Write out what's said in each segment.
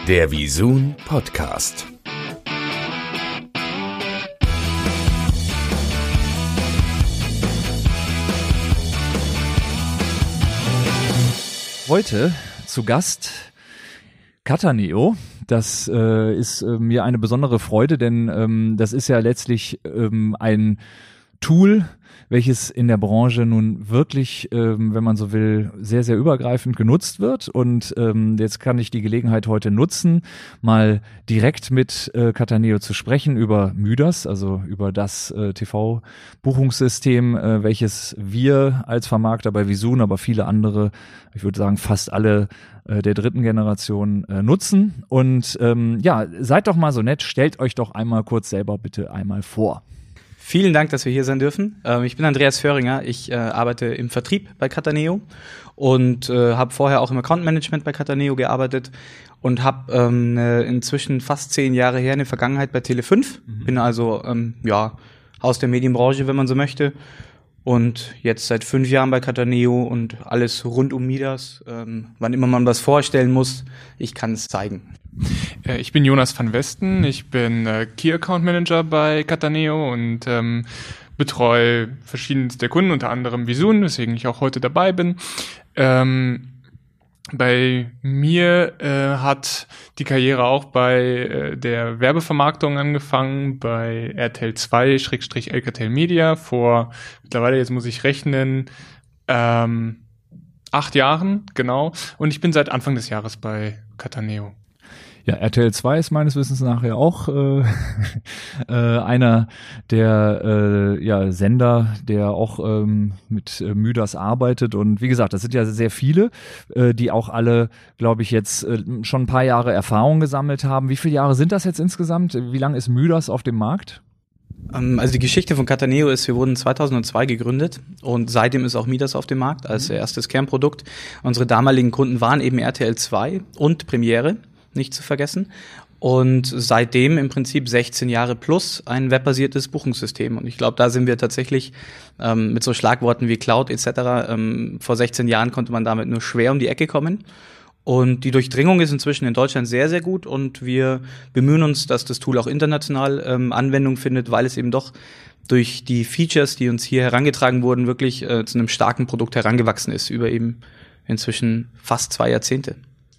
Der Visun Podcast. Heute zu Gast Cataneo. Das ist mir eine besondere Freude, denn das ist ja letztlich ein Tool, welches in der Branche nun wirklich, wenn man so will, sehr, sehr übergreifend genutzt wird. Und jetzt kann ich die Gelegenheit heute nutzen, mal direkt mit Cataneo zu sprechen über Mydas, also über das TV-Buchungssystem, welches wir als Vermarkter bei Visun, aber viele andere, ich würde sagen fast alle der dritten Generation nutzen. Und ja, seid doch mal so nett, stellt euch doch einmal kurz selber bitte einmal vor. Vielen Dank, dass wir hier sein dürfen. Ich bin Andreas Föhringer, ich arbeite im Vertrieb bei Cataneo und habe vorher auch im Account Management bei Cataneo gearbeitet und habe inzwischen fast 10 Jahre her eine Vergangenheit bei Tele5. Bin also aus der Medienbranche, wenn man so möchte. Und jetzt seit 5 Jahren bei Cataneo und alles rund um Mydas. Wann immer man was vorstellen muss, ich kann es zeigen. Ich bin Jonas van Westen, ich bin Key Account Manager bei Cataneo und betreue verschiedenste Kunden, unter anderem Visun, weswegen ich auch heute dabei bin. Bei mir hat die Karriere auch bei der Werbevermarktung angefangen, bei RTL 2/Alcatel Media vor mittlerweile, jetzt muss ich rechnen, 8 Jahren, genau. Und ich bin seit Anfang des Jahres bei Cataneo. Ja, RTL 2 ist meines Wissens nachher auch einer der Sender, der auch mit Mydas arbeitet. Und wie gesagt, das sind ja sehr viele, die auch alle, glaube ich, jetzt schon ein paar Jahre Erfahrung gesammelt haben. Wie viele Jahre sind das jetzt insgesamt? Wie lange ist Mydas auf dem Markt? Also die Geschichte von Cataneo ist, wir wurden 2002 gegründet und seitdem ist auch Mydas auf dem Markt als erstes Kernprodukt. Unsere damaligen Kunden waren eben RTL 2 und Premiere, nicht zu vergessen. Und seitdem im Prinzip 16 Jahre plus ein webbasiertes Buchungssystem. Und ich glaube, da sind wir tatsächlich mit so Schlagworten wie Cloud etc. Vor 16 Jahren konnte man damit nur schwer um die Ecke kommen. Und die Durchdringung ist inzwischen in Deutschland sehr, sehr gut. Und wir bemühen uns, dass das Tool auch international Anwendung findet, weil es eben doch durch die Features, die uns hier herangetragen wurden, wirklich zu einem starken Produkt herangewachsen ist, über eben inzwischen fast 2 Jahrzehnte.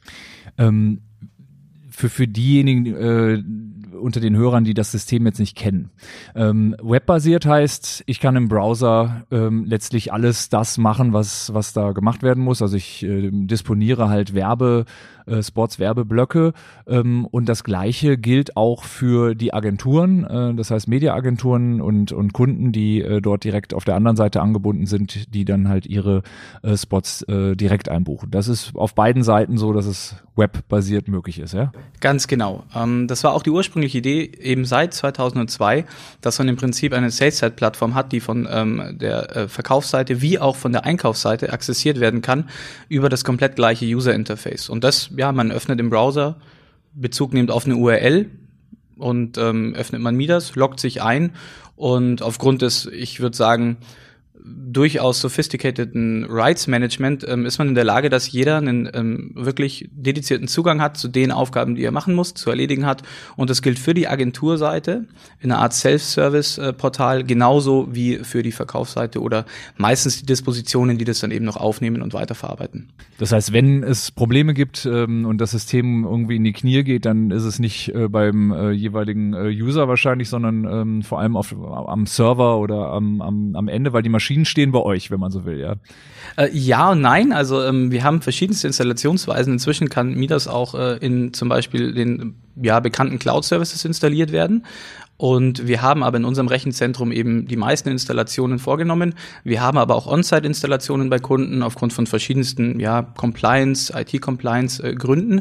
Für diejenigen unter den Hörern, die das System jetzt nicht kennen. Webbasiert heißt, ich kann im Browser letztlich alles das machen, was da gemacht werden muss. Also ich disponiere halt Werbespots, Werbeblöcke und das Gleiche gilt auch für die Agenturen, das heißt Mediaagenturen und Kunden, die dort direkt auf der anderen Seite angebunden sind, die dann halt ihre Spots direkt einbuchen. Das ist auf beiden Seiten so, dass es webbasiert möglich ist, ja? Ganz genau. Das war auch die ursprüngliche Idee, eben seit 2002, dass man im Prinzip eine Sales-Side-Plattform hat, die von der Verkaufsseite wie auch von der Einkaufsseite accessiert werden kann über das komplett gleiche User-Interface. Und das, man öffnet im Browser, Bezug nimmt auf eine URL und öffnet man Mydas, loggt sich ein und aufgrund des, ich würde sagen, durchaus sophisticateden Rights Management ist man in der Lage, dass jeder einen wirklich dedizierten Zugang hat zu den Aufgaben, die er machen muss, zu erledigen hat. Und das gilt für die Agenturseite in einer Art Self-Service-Portal genauso wie für die Verkaufsseite oder meistens die Dispositionen, die das dann eben noch aufnehmen und weiterverarbeiten. Das heißt, wenn es Probleme gibt und das System irgendwie in die Knie geht, dann ist es nicht beim jeweiligen User wahrscheinlich, sondern vor allem am Server oder am Ende, weil die Maschinen stehen bei euch, wenn man so will, ja? Ja und nein. Also wir haben verschiedenste Installationsweisen. Inzwischen kann Mydas auch in zum Beispiel den bekannten Cloud-Services installiert werden. Und wir haben aber in unserem Rechenzentrum eben die meisten Installationen vorgenommen. Wir haben aber auch On-Site-Installationen bei Kunden aufgrund von verschiedensten Compliance, IT-Compliance-Gründen.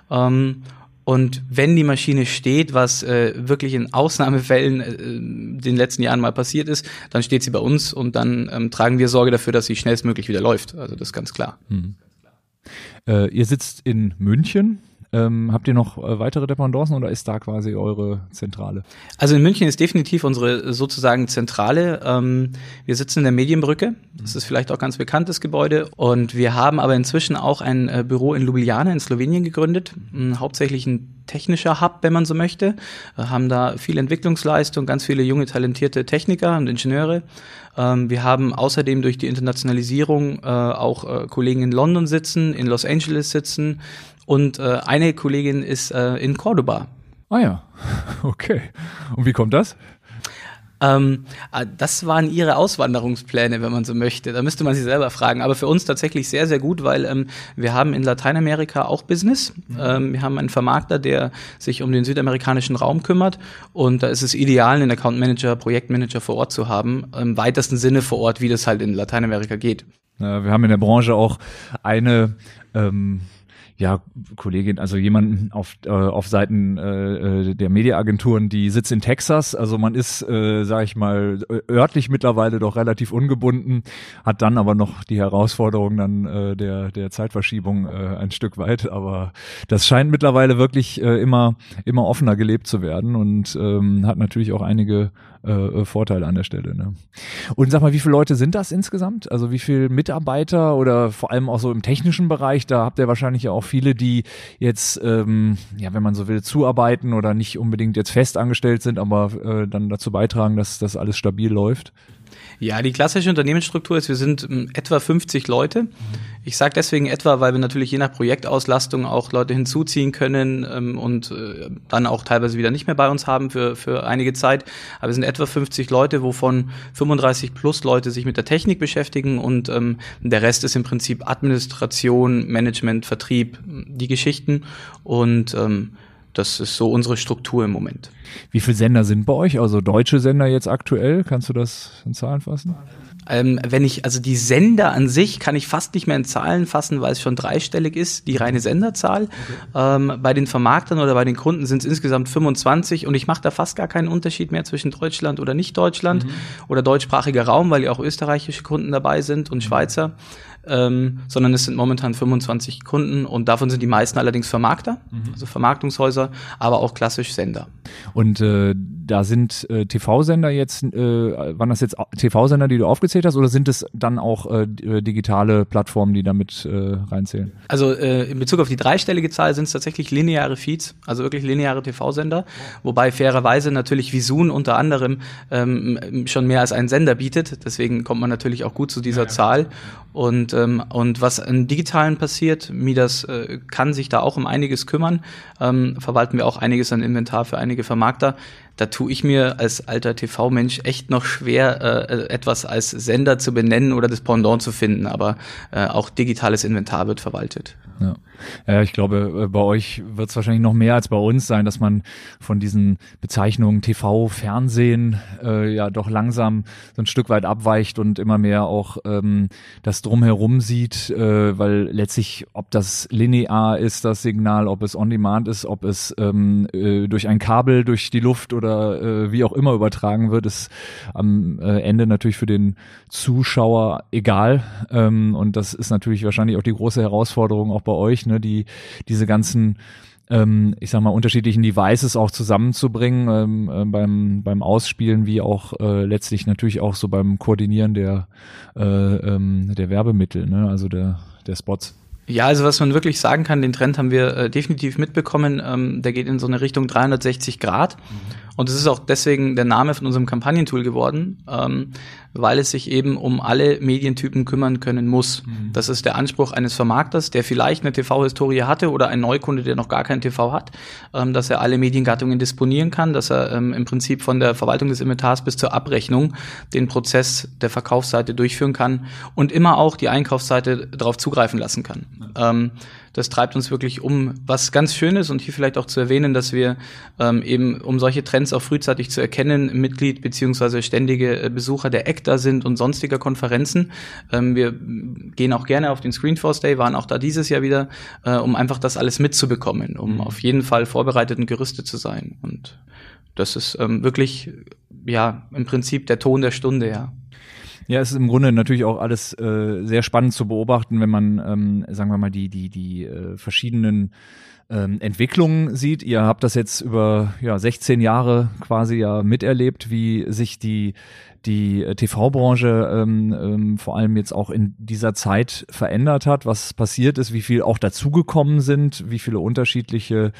Und wenn die Maschine steht, was wirklich in Ausnahmefällen den letzten Jahren mal passiert ist, dann steht sie bei uns und dann tragen wir Sorge dafür, dass sie schnellstmöglich wieder läuft. Also das ist ganz klar. Ihr sitzt in München. Habt ihr noch weitere Dependancen oder ist da quasi eure Zentrale? Also in München ist definitiv unsere sozusagen Zentrale. Wir sitzen in der Medienbrücke. Das ist vielleicht auch ganz bekanntes Gebäude. Und wir haben aber inzwischen auch ein Büro in Ljubljana in Slowenien gegründet. Hauptsächlich ein technischer Hub, wenn man so möchte. Haben da viel Entwicklungsleistung, ganz viele junge, talentierte Techniker und Ingenieure. Wir haben außerdem durch die Internationalisierung auch Kollegen in London sitzen, in Los Angeles sitzen und eine Kollegin ist in Cordoba. Ah ja, okay. Und wie kommt das? Das waren ihre Auswanderungspläne, wenn man so möchte. Da müsste man sie selber fragen. Aber für uns tatsächlich sehr, sehr gut, weil wir haben in Lateinamerika auch Business. Wir haben einen Vermarkter, der sich um den südamerikanischen Raum kümmert. Und da ist es ideal, einen Account Manager, Projektmanager vor Ort zu haben. Im weitesten Sinne vor Ort, wie das halt in Lateinamerika geht. Wir haben in der Branche auch eine Kollegin, also jemanden auf Seiten der Mediaagenturen, die sitzt in Texas. Also man ist, sage ich mal, örtlich mittlerweile doch relativ ungebunden, hat dann aber noch die Herausforderung dann der Zeitverschiebung ein Stück weit. Aber das scheint mittlerweile wirklich immer offener gelebt zu werden und hat natürlich auch einige Vorteile an der Stelle. Ne? Und sag mal, wie viele Leute sind das insgesamt? Also wie viele Mitarbeiter oder vor allem auch so im technischen Bereich? Da habt ihr wahrscheinlich ja auch viele, die jetzt, wenn man so will, zuarbeiten oder nicht unbedingt jetzt fest angestellt sind, aber dann dazu beitragen, dass das alles stabil läuft. Ja, die klassische Unternehmensstruktur ist, wir sind etwa 50 Leute. Ich sage deswegen etwa, weil wir natürlich je nach Projektauslastung auch Leute hinzuziehen können und dann auch teilweise wieder nicht mehr bei uns haben für einige Zeit. Aber wir sind etwa 50 Leute, wovon 35 plus Leute sich mit der Technik beschäftigen und der Rest ist im Prinzip Administration, Management, Vertrieb, die Geschichten und das ist so unsere Struktur im Moment. Wie viele Sender sind bei euch? Also deutsche Sender jetzt aktuell? Kannst du das in Zahlen fassen? Also die Sender an sich kann ich fast nicht mehr in Zahlen fassen, weil es schon dreistellig ist, die reine Senderzahl. Okay. Bei den Vermarktern oder bei den Kunden sind es insgesamt 25 und ich mache da fast gar keinen Unterschied mehr zwischen Deutschland oder nicht Deutschland oder deutschsprachiger Raum, weil ja auch österreichische Kunden dabei sind und Schweizer. Sondern es sind momentan 25 Kunden und davon sind die meisten allerdings Vermarkter, also Vermarktungshäuser, aber auch klassisch Sender. Und da sind TV-Sender jetzt, waren das jetzt TV-Sender, die du aufgezählt hast, oder sind es dann auch digitale Plattformen, die damit reinzählen? Also in Bezug auf die dreistellige Zahl sind es tatsächlich lineare Feeds, also wirklich lineare TV-Sender, wobei fairerweise natürlich Visun unter anderem schon mehr als einen Sender bietet, deswegen kommt man natürlich auch gut zu dieser Zahl. Und was an Digitalen passiert, Midas kann sich da auch um einiges kümmern, verwalten wir auch einiges an Inventar für einige Vermarkter. Da tue ich mir als alter TV-Mensch echt noch schwer, etwas als Sender zu benennen oder das Pendant zu finden, aber auch digitales Inventar wird verwaltet. Ja, ich glaube, bei euch wird es wahrscheinlich noch mehr als bei uns sein, dass man von diesen Bezeichnungen TV, Fernsehen doch langsam so ein Stück weit abweicht und immer mehr auch das Drumherum sieht, weil letztlich, ob das linear ist, das Signal, ob es on-demand ist, ob es durch ein Kabel, durch die Luft oder wie auch immer übertragen wird, ist am Ende natürlich für den Zuschauer egal. Und das ist natürlich wahrscheinlich auch die große Herausforderung auch bei euch, ne, diese ganzen ich sag mal, unterschiedlichen Devices auch zusammenzubringen, beim Ausspielen, wie auch letztlich natürlich auch so beim Koordinieren der Werbemittel, ne, also der Spots. Ja, also was man wirklich sagen kann, den Trend haben wir definitiv mitbekommen, der geht in so eine Richtung 360 Grad. Und es ist auch deswegen der Name von unserem Kampagnentool geworden, weil es sich eben um alle Medientypen kümmern können muss. Das ist der Anspruch eines Vermarkters, der vielleicht eine TV-Historie hatte oder ein Neukunde, der noch gar kein TV hat, dass er alle Mediengattungen disponieren kann, dass er im Prinzip von der Verwaltung des Inventars bis zur Abrechnung den Prozess der Verkaufsseite durchführen kann und immer auch die Einkaufsseite darauf zugreifen lassen kann. Das treibt uns wirklich um. Was ganz schön ist und hier vielleicht auch zu erwähnen, dass wir eben, um solche Trends auch frühzeitig zu erkennen, Mitglied bzw. ständige Besucher der ECTA sind und sonstiger Konferenzen. Wir gehen auch gerne auf den Screenforce Day, waren auch da dieses Jahr wieder, um einfach das alles mitzubekommen, um auf jeden Fall vorbereitet und gerüstet zu sein. Und das ist wirklich, ja, im Prinzip der Ton der Stunde, ja. Ja, es ist im Grunde natürlich auch alles sehr spannend zu beobachten, wenn man, sagen wir mal, die verschiedenen Entwicklungen sieht. Ihr habt das jetzt über 16 Jahre quasi ja miterlebt, wie sich die TV-Branche vor allem jetzt auch in dieser Zeit verändert hat, was passiert ist, wie viel auch dazugekommen sind, wie viele unterschiedliche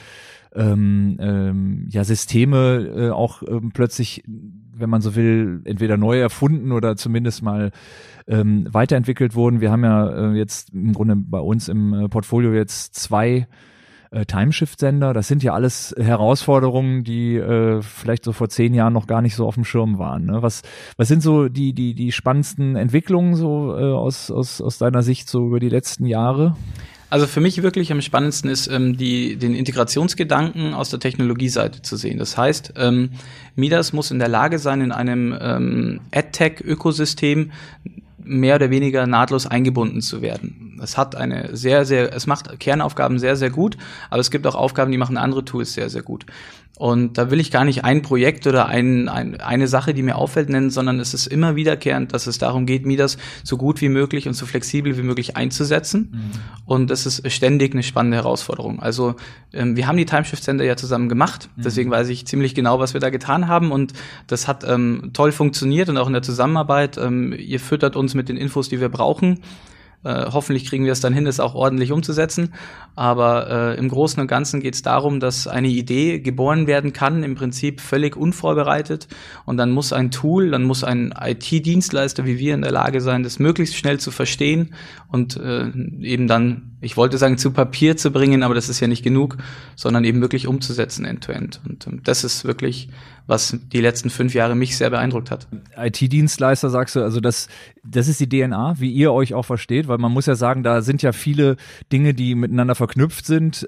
Systeme auch plötzlich, wenn man so will, entweder neu erfunden oder zumindest mal weiterentwickelt wurden. Wir haben ja jetzt im Grunde bei uns im Portfolio jetzt 2 Timeshift-Sender. Das sind ja alles Herausforderungen, die vielleicht so vor 10 Jahren noch gar nicht so auf dem Schirm waren. Ne? Was sind so die spannendsten Entwicklungen so aus deiner Sicht so über die letzten Jahre? Also für mich wirklich am spannendsten ist, den Integrationsgedanken aus der Technologieseite zu sehen. Das heißt, Midas muss in der Lage sein, in einem AdTech-Ökosystem mehr oder weniger nahtlos eingebunden zu werden. Es macht Kernaufgaben sehr, sehr gut, aber es gibt auch Aufgaben, die machen andere Tools sehr, sehr gut. Und da will ich gar nicht ein Projekt oder eine Sache, die mir auffällt, nennen, sondern es ist immer wiederkehrend, dass es darum geht, Midas so gut wie möglich und so flexibel wie möglich einzusetzen. Mhm. Und das ist ständig eine spannende Herausforderung. Also wir haben die Timeshift-Sender ja zusammen gemacht, deswegen weiß ich ziemlich genau, was wir da getan haben, und das hat toll funktioniert, und auch in der Zusammenarbeit. Ihr füttert uns mit den Infos, die wir brauchen. Hoffentlich kriegen wir es dann hin, das auch ordentlich umzusetzen. Aber im Großen und Ganzen geht es darum, dass eine Idee geboren werden kann, im Prinzip völlig unvorbereitet. Und dann muss ein Tool, dann muss ein IT-Dienstleister wie wir in der Lage sein, das möglichst schnell zu verstehen und eben dann, ich wollte sagen, zu Papier zu bringen, aber das ist ja nicht genug, sondern eben wirklich umzusetzen end-to-end. Und das ist wirklich, was die letzten 5 Jahre mich sehr beeindruckt hat. IT-Dienstleister, sagst du, also das ist die DNA, wie ihr euch auch versteht, weil man muss ja sagen, da sind ja viele Dinge, die miteinander verknüpft sind,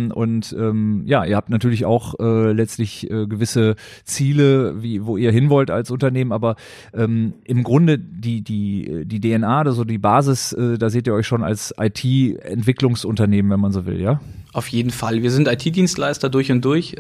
ihr habt natürlich auch letztlich gewisse Ziele, wo ihr hin wollt als Unternehmen, aber im Grunde die DNA, also die Basis, da seht ihr euch schon als IT-Entwicklungsunternehmen, wenn man so will, ja? Auf jeden Fall. Wir sind IT-Dienstleister durch und durch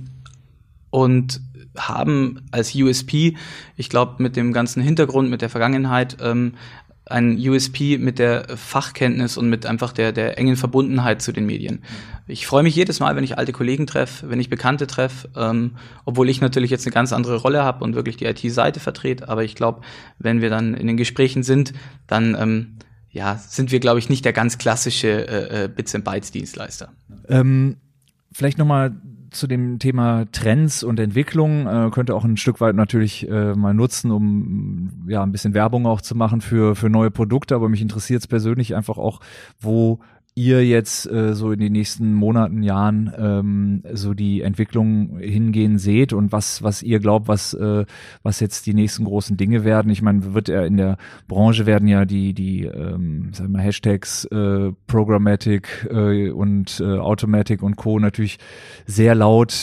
und haben als USP, ich glaube mit dem ganzen Hintergrund, mit der Vergangenheit, ein USP mit der Fachkenntnis und mit einfach der engen Verbundenheit zu den Medien. Ich freue mich jedes Mal, wenn ich alte Kollegen treffe, wenn ich Bekannte treffe, obwohl ich natürlich jetzt eine ganz andere Rolle habe und wirklich die IT-Seite vertrete, aber ich glaube, wenn wir dann in den Gesprächen sind, dann sind wir, glaube ich, nicht der ganz klassische Bits-and-Bytes-Dienstleister. Vielleicht nochmal zu dem Thema Trends und Entwicklung, könnte auch ein Stück weit natürlich mal nutzen, um ein bisschen Werbung auch zu machen für neue Produkte, aber mich interessiert es persönlich einfach auch, wo ihr jetzt so in den nächsten Monaten, Jahren so die Entwicklung hingehen seht und was ihr glaubt, was jetzt die nächsten großen Dinge werden. Ich meine, in der Branche werden ja die sagen wir Hashtags Programmatic und Automatic und Co. natürlich sehr laut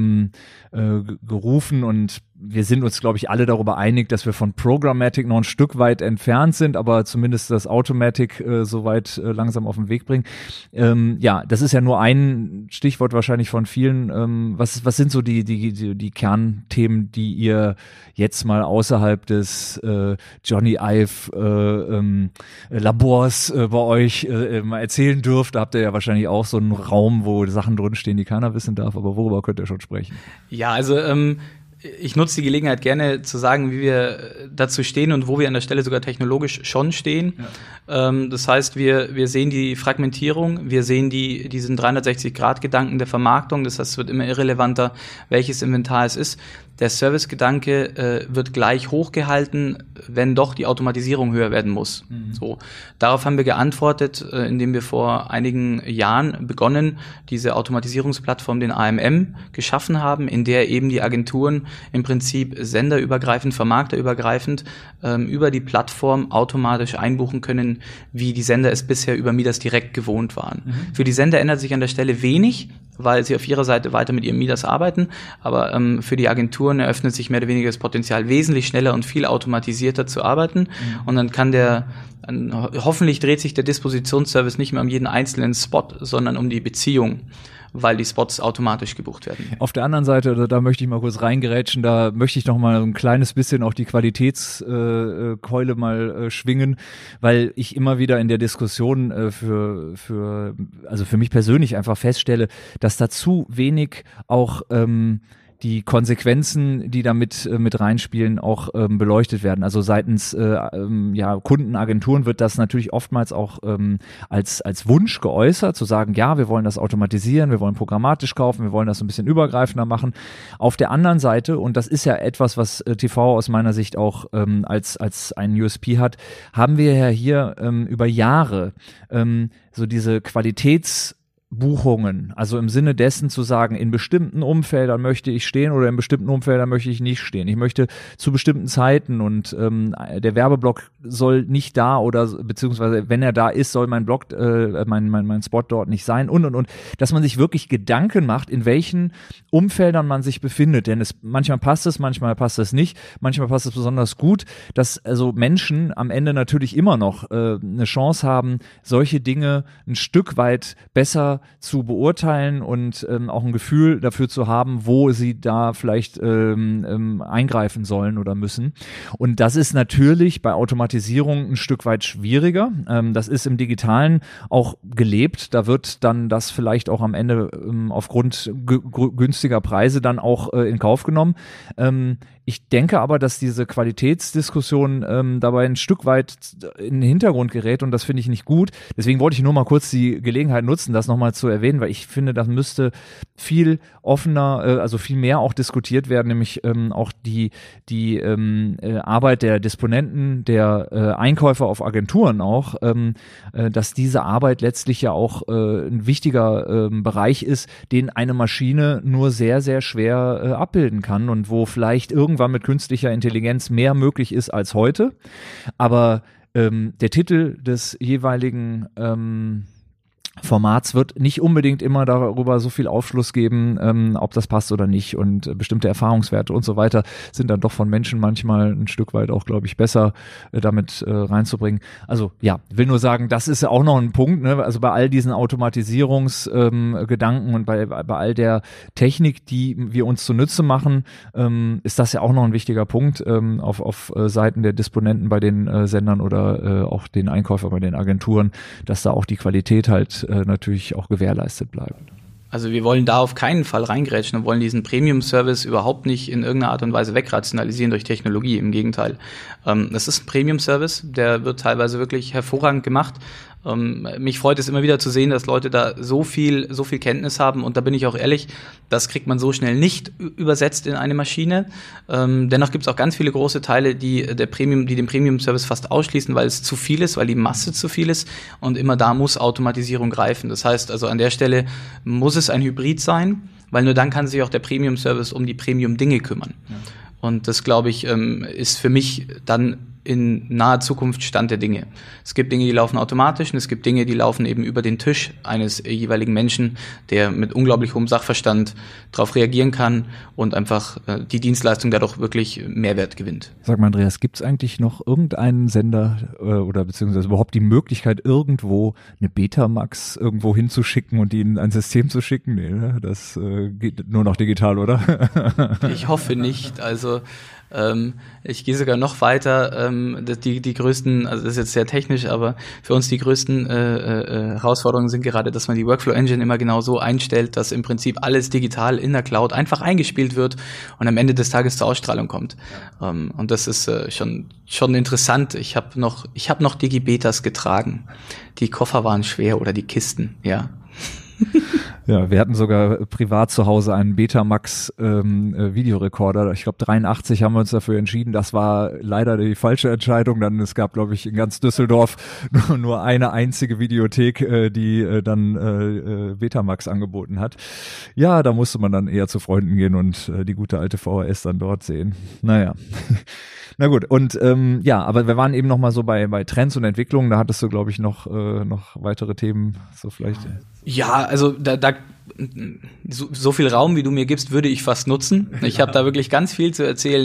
gerufen, und wir sind uns, glaube ich, alle darüber einig, dass wir von Programmatic noch ein Stück weit entfernt sind, aber zumindest das Automatic soweit langsam auf den Weg bringen. Das ist ja nur ein Stichwort wahrscheinlich von vielen. Was sind so die Kernthemen, die ihr jetzt mal außerhalb des Johnny Ive Labors bei euch mal erzählen dürft? Da habt ihr ja wahrscheinlich auch so einen Raum, wo Sachen drinstehen, die keiner wissen darf, aber worüber könnt ihr schon sprechen? Ja, also ich nutze die Gelegenheit gerne zu sagen, wie wir dazu stehen und wo wir an der Stelle sogar technologisch schon stehen. Ja. Das heißt, wir sehen die Fragmentierung, wir sehen diesen 360-Grad-Gedanken der Vermarktung. Das heißt, es wird immer irrelevanter, welches Inventar es ist. Der Servicegedanke wird gleich hochgehalten, wenn doch die Automatisierung höher werden muss. Mhm. So, darauf haben wir geantwortet, indem wir vor einigen Jahren begonnen, diese Automatisierungsplattform, den AMM, geschaffen haben, in der eben die Agenturen im Prinzip senderübergreifend, vermarkterübergreifend über die Plattform automatisch einbuchen können, wie die Sender es bisher über Midas direkt gewohnt waren. Mhm. Für die Sender ändert sich an der Stelle wenig, weil sie auf ihrer Seite weiter mit ihrem Midas arbeiten, aber für die Agenturen eröffnet sich mehr oder weniger das Potenzial, wesentlich schneller und viel automatisierter zu arbeiten. Mhm. Und dann kann hoffentlich dreht sich der Dispositionsservice nicht mehr um jeden einzelnen Spot, sondern um die Beziehung. weil die Spots automatisch gebucht werden. Auf der anderen Seite, da möchte ich mal kurz reingerätschen, da möchte ich noch mal ein kleines bisschen auch die Qualitätskeule mal schwingen, weil ich immer wieder in der Diskussion also für mich persönlich einfach feststelle, dass da zu wenig auch die Konsequenzen, die da mit reinspielen, auch beleuchtet werden. Also seitens Kundenagenturen wird das natürlich oftmals auch als Wunsch geäußert, zu sagen, ja, wir wollen das automatisieren, wir wollen programmatisch kaufen, wir wollen das so ein bisschen übergreifender machen. Auf der anderen Seite, und das ist ja etwas, was TV aus meiner Sicht auch als ein USP hat, haben wir ja hier über Jahre so diese Qualitätsbuchungen, also im Sinne dessen zu sagen, in bestimmten Umfeldern möchte ich stehen oder in bestimmten Umfeldern möchte ich nicht stehen. Ich möchte zu bestimmten Zeiten und der Werbeblock soll nicht da oder beziehungsweise wenn er da ist, soll mein Blog, mein Spot dort nicht sein und. Dass man sich wirklich Gedanken macht, in welchen Umfeldern man sich befindet. Denn manchmal passt es nicht, manchmal passt es besonders gut, dass also Menschen am Ende natürlich immer noch eine Chance haben, solche Dinge ein Stück weit besser zu beurteilen und auch ein Gefühl dafür zu haben, wo sie da vielleicht eingreifen sollen oder müssen. Und das ist natürlich bei Automatisierung ein Stück weit schwieriger. Das ist im Digitalen auch gelebt. Da wird dann das vielleicht auch am Ende aufgrund günstiger Preise dann auch in Kauf genommen. Ich denke aber, dass diese Qualitätsdiskussion dabei ein Stück weit in den Hintergrund gerät und das finde ich nicht gut. Deswegen wollte ich nur mal kurz die Gelegenheit nutzen, das nochmal zu erwähnen, weil ich finde, das müsste viel offener, also viel mehr auch diskutiert werden, nämlich auch die Arbeit der Disponenten, der Einkäufer auf Agenturen auch, dass diese Arbeit letztlich ja auch ein wichtiger Bereich ist, den eine Maschine nur sehr, sehr schwer abbilden kann und wo vielleicht irgendwann mit künstlicher Intelligenz mehr möglich ist als heute. Aber der Titel des jeweiligen Formats wird nicht unbedingt immer darüber so viel Aufschluss geben, ob das passt oder nicht und bestimmte Erfahrungswerte und so weiter sind dann doch von Menschen manchmal ein Stück weit auch, glaube ich, besser damit reinzubringen. Also ja, will nur sagen, das ist ja auch noch ein Punkt, ne? Also bei all diesen Automatisierungsgedanken und bei all der Technik, die wir uns zunutze machen, ist das ja auch noch ein wichtiger Punkt auf Seiten der Disponenten bei den Sendern oder auch den Einkäufer bei den Agenturen, dass da auch die Qualität halt natürlich auch gewährleistet bleiben. Also wir wollen da auf keinen Fall reingrätschen und wollen diesen Premium-Service überhaupt nicht in irgendeiner Art und Weise wegrationalisieren durch Technologie. Im Gegenteil. Das ist ein Premium-Service, der wird teilweise wirklich hervorragend gemacht. Mich freut es immer wieder zu sehen, dass Leute da so viel Kenntnis haben und da bin ich auch ehrlich, das kriegt man so schnell nicht übersetzt in eine Maschine. Dennoch gibt es auch ganz viele große Teile, die den Premium-Service fast ausschließen, weil es zu viel ist, weil die Masse zu viel ist und immer da muss Automatisierung greifen. Das heißt also an der Stelle muss es ein Hybrid sein, weil nur dann kann sich auch der Premium-Service um die Premium-Dinge kümmern. Ja. Und das, glaube ich, ist für mich dann in naher Zukunft Stand der Dinge. Es gibt Dinge, die laufen automatisch und es gibt Dinge, die laufen eben über den Tisch eines jeweiligen Menschen, der mit unglaublich hohem Sachverstand darauf reagieren kann und einfach die Dienstleistung dadurch wirklich Mehrwert gewinnt. Sag mal, Andreas, gibt es eigentlich noch irgendeinen Sender oder beziehungsweise überhaupt die Möglichkeit, irgendwo eine Betamax irgendwo hinzuschicken und die in ein System zu schicken? Nee, ne? Das geht nur noch digital, oder? Ich hoffe nicht. Also ich gehe sogar noch weiter. Die größten, also das ist jetzt sehr technisch, aber für uns die größten Herausforderungen sind gerade, dass man die Workflow-Engine immer genau so einstellt, dass im Prinzip alles digital in der Cloud einfach eingespielt wird und am Ende des Tages zur Ausstrahlung kommt. Und das ist schon interessant. Ich habe noch Digibetas getragen. Die Koffer waren schwer oder die Kisten, ja. Ja, wir hatten sogar privat zu Hause einen Betamax Videorekorder. Ich glaube 83 haben wir uns dafür entschieden. Das war leider die falsche Entscheidung. Dann es gab, glaube ich, in ganz Düsseldorf nur eine einzige Videothek, die dann Betamax angeboten hat. Ja, da musste man dann eher zu Freunden gehen und die gute alte VHS dann dort sehen. Naja. Na gut, und aber wir waren eben noch mal so bei Trends und Entwicklungen, da hattest du, glaube ich, noch weitere Themen, so vielleicht. Ja, also so viel Raum, wie du mir gibst, würde ich fast nutzen. Ich habe da wirklich ganz viel zu erzählen.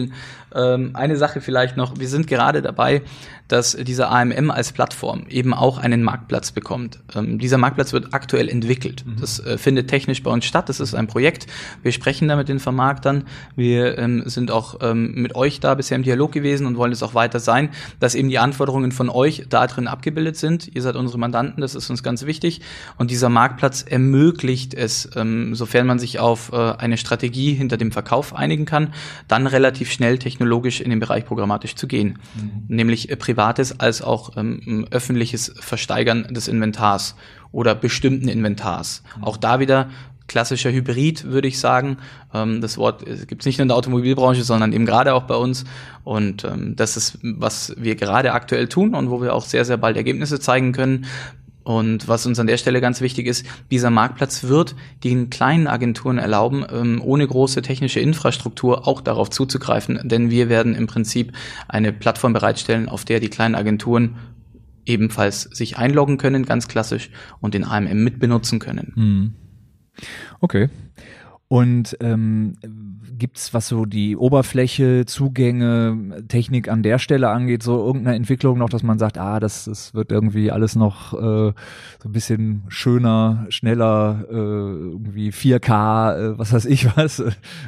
Eine Sache vielleicht noch, wir sind gerade dabei, dass dieser AMM als Plattform eben auch einen Marktplatz bekommt. Dieser Marktplatz wird aktuell entwickelt. Das findet technisch bei uns statt, das ist ein Projekt. Wir sprechen da mit den Vermarktern, wir sind auch mit euch da bisher im Dialog gewesen und wollen es auch weiter sein, dass eben die Anforderungen von euch da drin abgebildet sind. Ihr seid unsere Mandanten, das ist uns ganz wichtig. Und dieser Marktplatz ermöglicht es, sofern man sich auf eine Strategie hinter dem Verkauf einigen kann, dann relativ schnell technologisch in den Bereich programmatisch zu gehen. Nämlich privates als auch öffentliches Versteigern des Inventars oder bestimmten Inventars. Auch da wieder klassischer Hybrid, würde ich sagen. Das Wort gibt es nicht nur in der Automobilbranche, sondern eben gerade auch bei uns. Und das ist, was wir gerade aktuell tun und wo wir auch sehr, sehr bald Ergebnisse zeigen können. Und was uns an der Stelle ganz wichtig ist, dieser Marktplatz wird den kleinen Agenturen erlauben, ohne große technische Infrastruktur auch darauf zuzugreifen, denn wir werden im Prinzip eine Plattform bereitstellen, auf der die kleinen Agenturen ebenfalls sich einloggen können, ganz klassisch, und den AMM mitbenutzen können. Okay. Und gibt's, was so die Oberfläche, Zugänge, Technik an der Stelle angeht, so irgendeine Entwicklung noch, dass man sagt, das wird irgendwie alles noch so ein bisschen schöner, schneller, irgendwie 4K, was weiß ich was?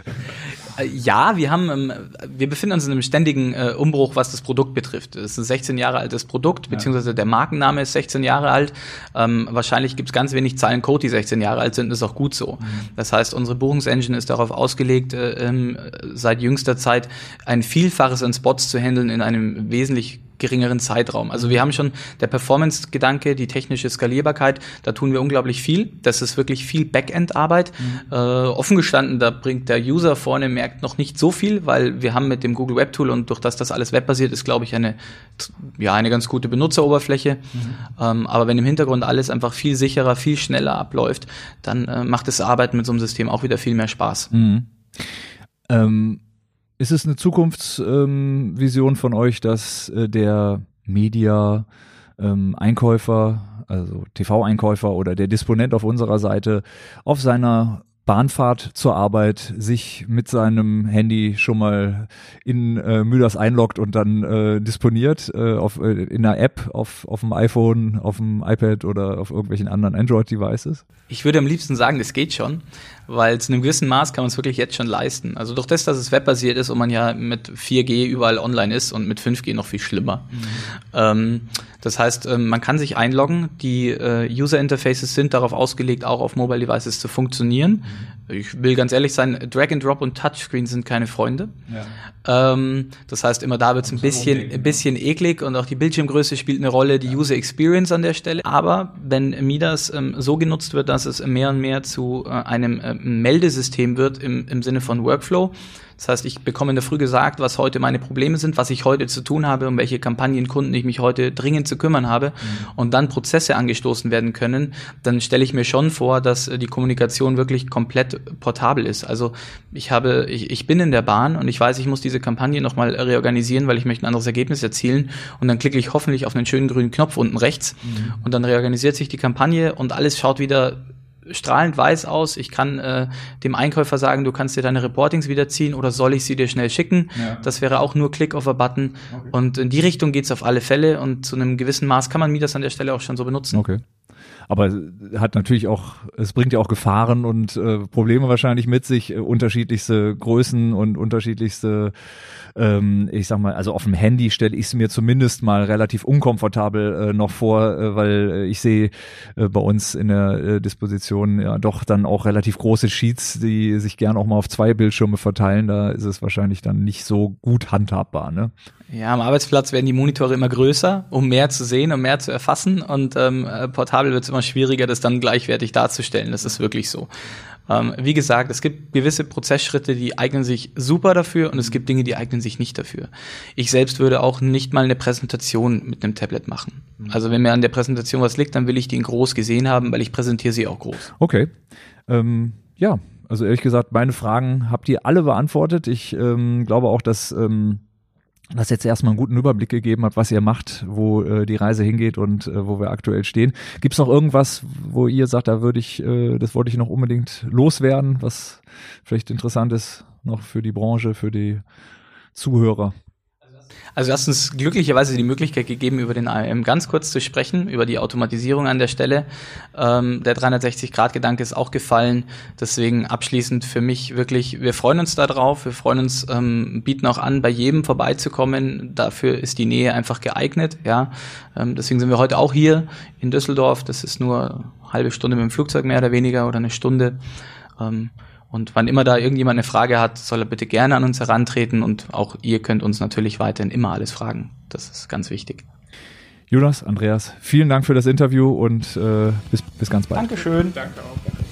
Ja, wir befinden uns in einem ständigen Umbruch, was das Produkt betrifft. Es ist ein 16 Jahre altes Produkt, beziehungsweise der Markenname ist 16 Jahre alt. Wahrscheinlich gibt es ganz wenig Zeilen Code, die 16 Jahre alt sind, das ist auch gut so. Das heißt, unsere Buchungsengine ist darauf ausgelegt, seit jüngster Zeit ein Vielfaches an Spots zu handeln in einem wesentlich geringeren Zeitraum. Also wir haben schon der Performance-Gedanke, die technische Skalierbarkeit, da tun wir unglaublich viel. Das ist wirklich viel Backend-Arbeit. Offen gestanden, da bringt der User vorne, merkt noch nicht so viel, weil wir haben mit dem Google Web Tool und durch das alles webbasiert ist, glaube ich, eine ganz gute Benutzeroberfläche. Aber wenn im Hintergrund alles einfach viel sicherer, viel schneller abläuft, dann macht das Arbeiten mit so einem System auch wieder viel mehr Spaß. Ist es eine Zukunftsvision von euch, dass der Media-Einkäufer, also TV-Einkäufer oder der Disponent auf unserer Seite auf seiner Bahnfahrt zur Arbeit sich mit seinem Handy schon mal in Mühlers einloggt und dann disponiert in einer App auf dem iPhone, auf dem iPad oder auf irgendwelchen anderen Android-Devices? Ich würde am liebsten sagen, das geht schon, weil zu einem gewissen Maß kann man es wirklich jetzt schon leisten. Also durch das, dass es webbasiert ist und man ja mit 4G überall online ist und mit 5G noch viel schlimmer. Das heißt, man kann sich einloggen. Die User-Interfaces sind darauf ausgelegt, auch auf Mobile-Devices zu funktionieren. Ich will ganz ehrlich sein, Drag-and-Drop und Touchscreen sind keine Freunde. Das heißt, immer da wird es ein bisschen eklig und auch die Bildschirmgröße spielt eine Rolle, die User Experience an der Stelle. Aber wenn Midas so genutzt wird, dass es mehr und mehr zu einem Meldesystem wird im Sinne von Workflow. Das heißt, ich bekomme in der Früh gesagt, was heute meine Probleme sind, was ich heute zu tun habe, um welche Kampagnenkunden ich mich heute dringend zu kümmern habe und dann Prozesse angestoßen werden können, dann stelle ich mir schon vor, dass die Kommunikation wirklich komplett portabel ist. Also ich bin in der Bahn und ich weiß, ich muss diese Kampagne nochmal reorganisieren, weil ich möchte ein anderes Ergebnis erzielen und dann klicke ich hoffentlich auf einen schönen grünen Knopf unten rechts und dann reorganisiert sich die Kampagne und alles schaut wieder strahlend weiß aus. Ich kann dem Einkäufer sagen, du kannst dir deine Reportings wiederziehen oder soll ich sie dir schnell schicken? Ja. Das wäre auch nur Click of a Button. Okay. Und in die Richtung geht's auf alle Fälle und zu einem gewissen Maß kann man Midas an der Stelle auch schon so benutzen. Okay. Aber hat natürlich auch, es bringt ja auch Gefahren und Probleme wahrscheinlich mit sich, unterschiedlichste Größen und unterschiedlichste, ich sag mal, also auf dem Handy stelle ich es mir zumindest mal relativ unkomfortabel noch vor, weil ich sehe bei uns in der Disposition ja doch dann auch relativ große Sheets, die sich gern auch mal auf 2 Bildschirme verteilen. Da ist es wahrscheinlich dann nicht so gut handhabbar, ne? Ja, am Arbeitsplatz werden die Monitore immer größer, um mehr zu sehen und mehr zu erfassen und portabel wird es immer schwieriger, das dann gleichwertig darzustellen. Das ist wirklich so. Wie gesagt, es gibt gewisse Prozessschritte, die eignen sich super dafür und es gibt Dinge, die eignen sich nicht dafür. Ich selbst würde auch nicht mal eine Präsentation mit einem Tablet machen. Also wenn mir an der Präsentation was liegt, dann will ich die in groß gesehen haben, weil ich präsentiere sie auch groß. Okay, ja, also ehrlich gesagt, meine Fragen habt ihr alle beantwortet. Ich glaube auch, dass das jetzt erstmal einen guten Überblick gegeben hat, was ihr macht, wo die Reise hingeht und wo wir aktuell stehen. Gibt es noch irgendwas, wo ihr sagt, das wollte ich noch unbedingt loswerden, was vielleicht interessant ist noch für die Branche, für die Zuhörer? Also du hast uns glücklicherweise die Möglichkeit gegeben, über den ARM ganz kurz zu sprechen, über die Automatisierung an der Stelle. Der 360-Grad-Gedanke ist auch gefallen. Deswegen abschließend für mich wirklich, wir freuen uns da drauf. Wir freuen uns, bieten auch an, bei jedem vorbeizukommen. Dafür ist die Nähe einfach geeignet. Ja, deswegen sind wir heute auch hier in Düsseldorf. Das ist nur eine halbe Stunde mit dem Flugzeug mehr oder weniger oder eine Stunde. Und wann immer da irgendjemand eine Frage hat, soll er bitte gerne an uns herantreten und auch ihr könnt uns natürlich weiterhin immer alles fragen. Das ist ganz wichtig. Jonas, Andreas, vielen Dank für das Interview und bis ganz bald. Dankeschön. Danke auch.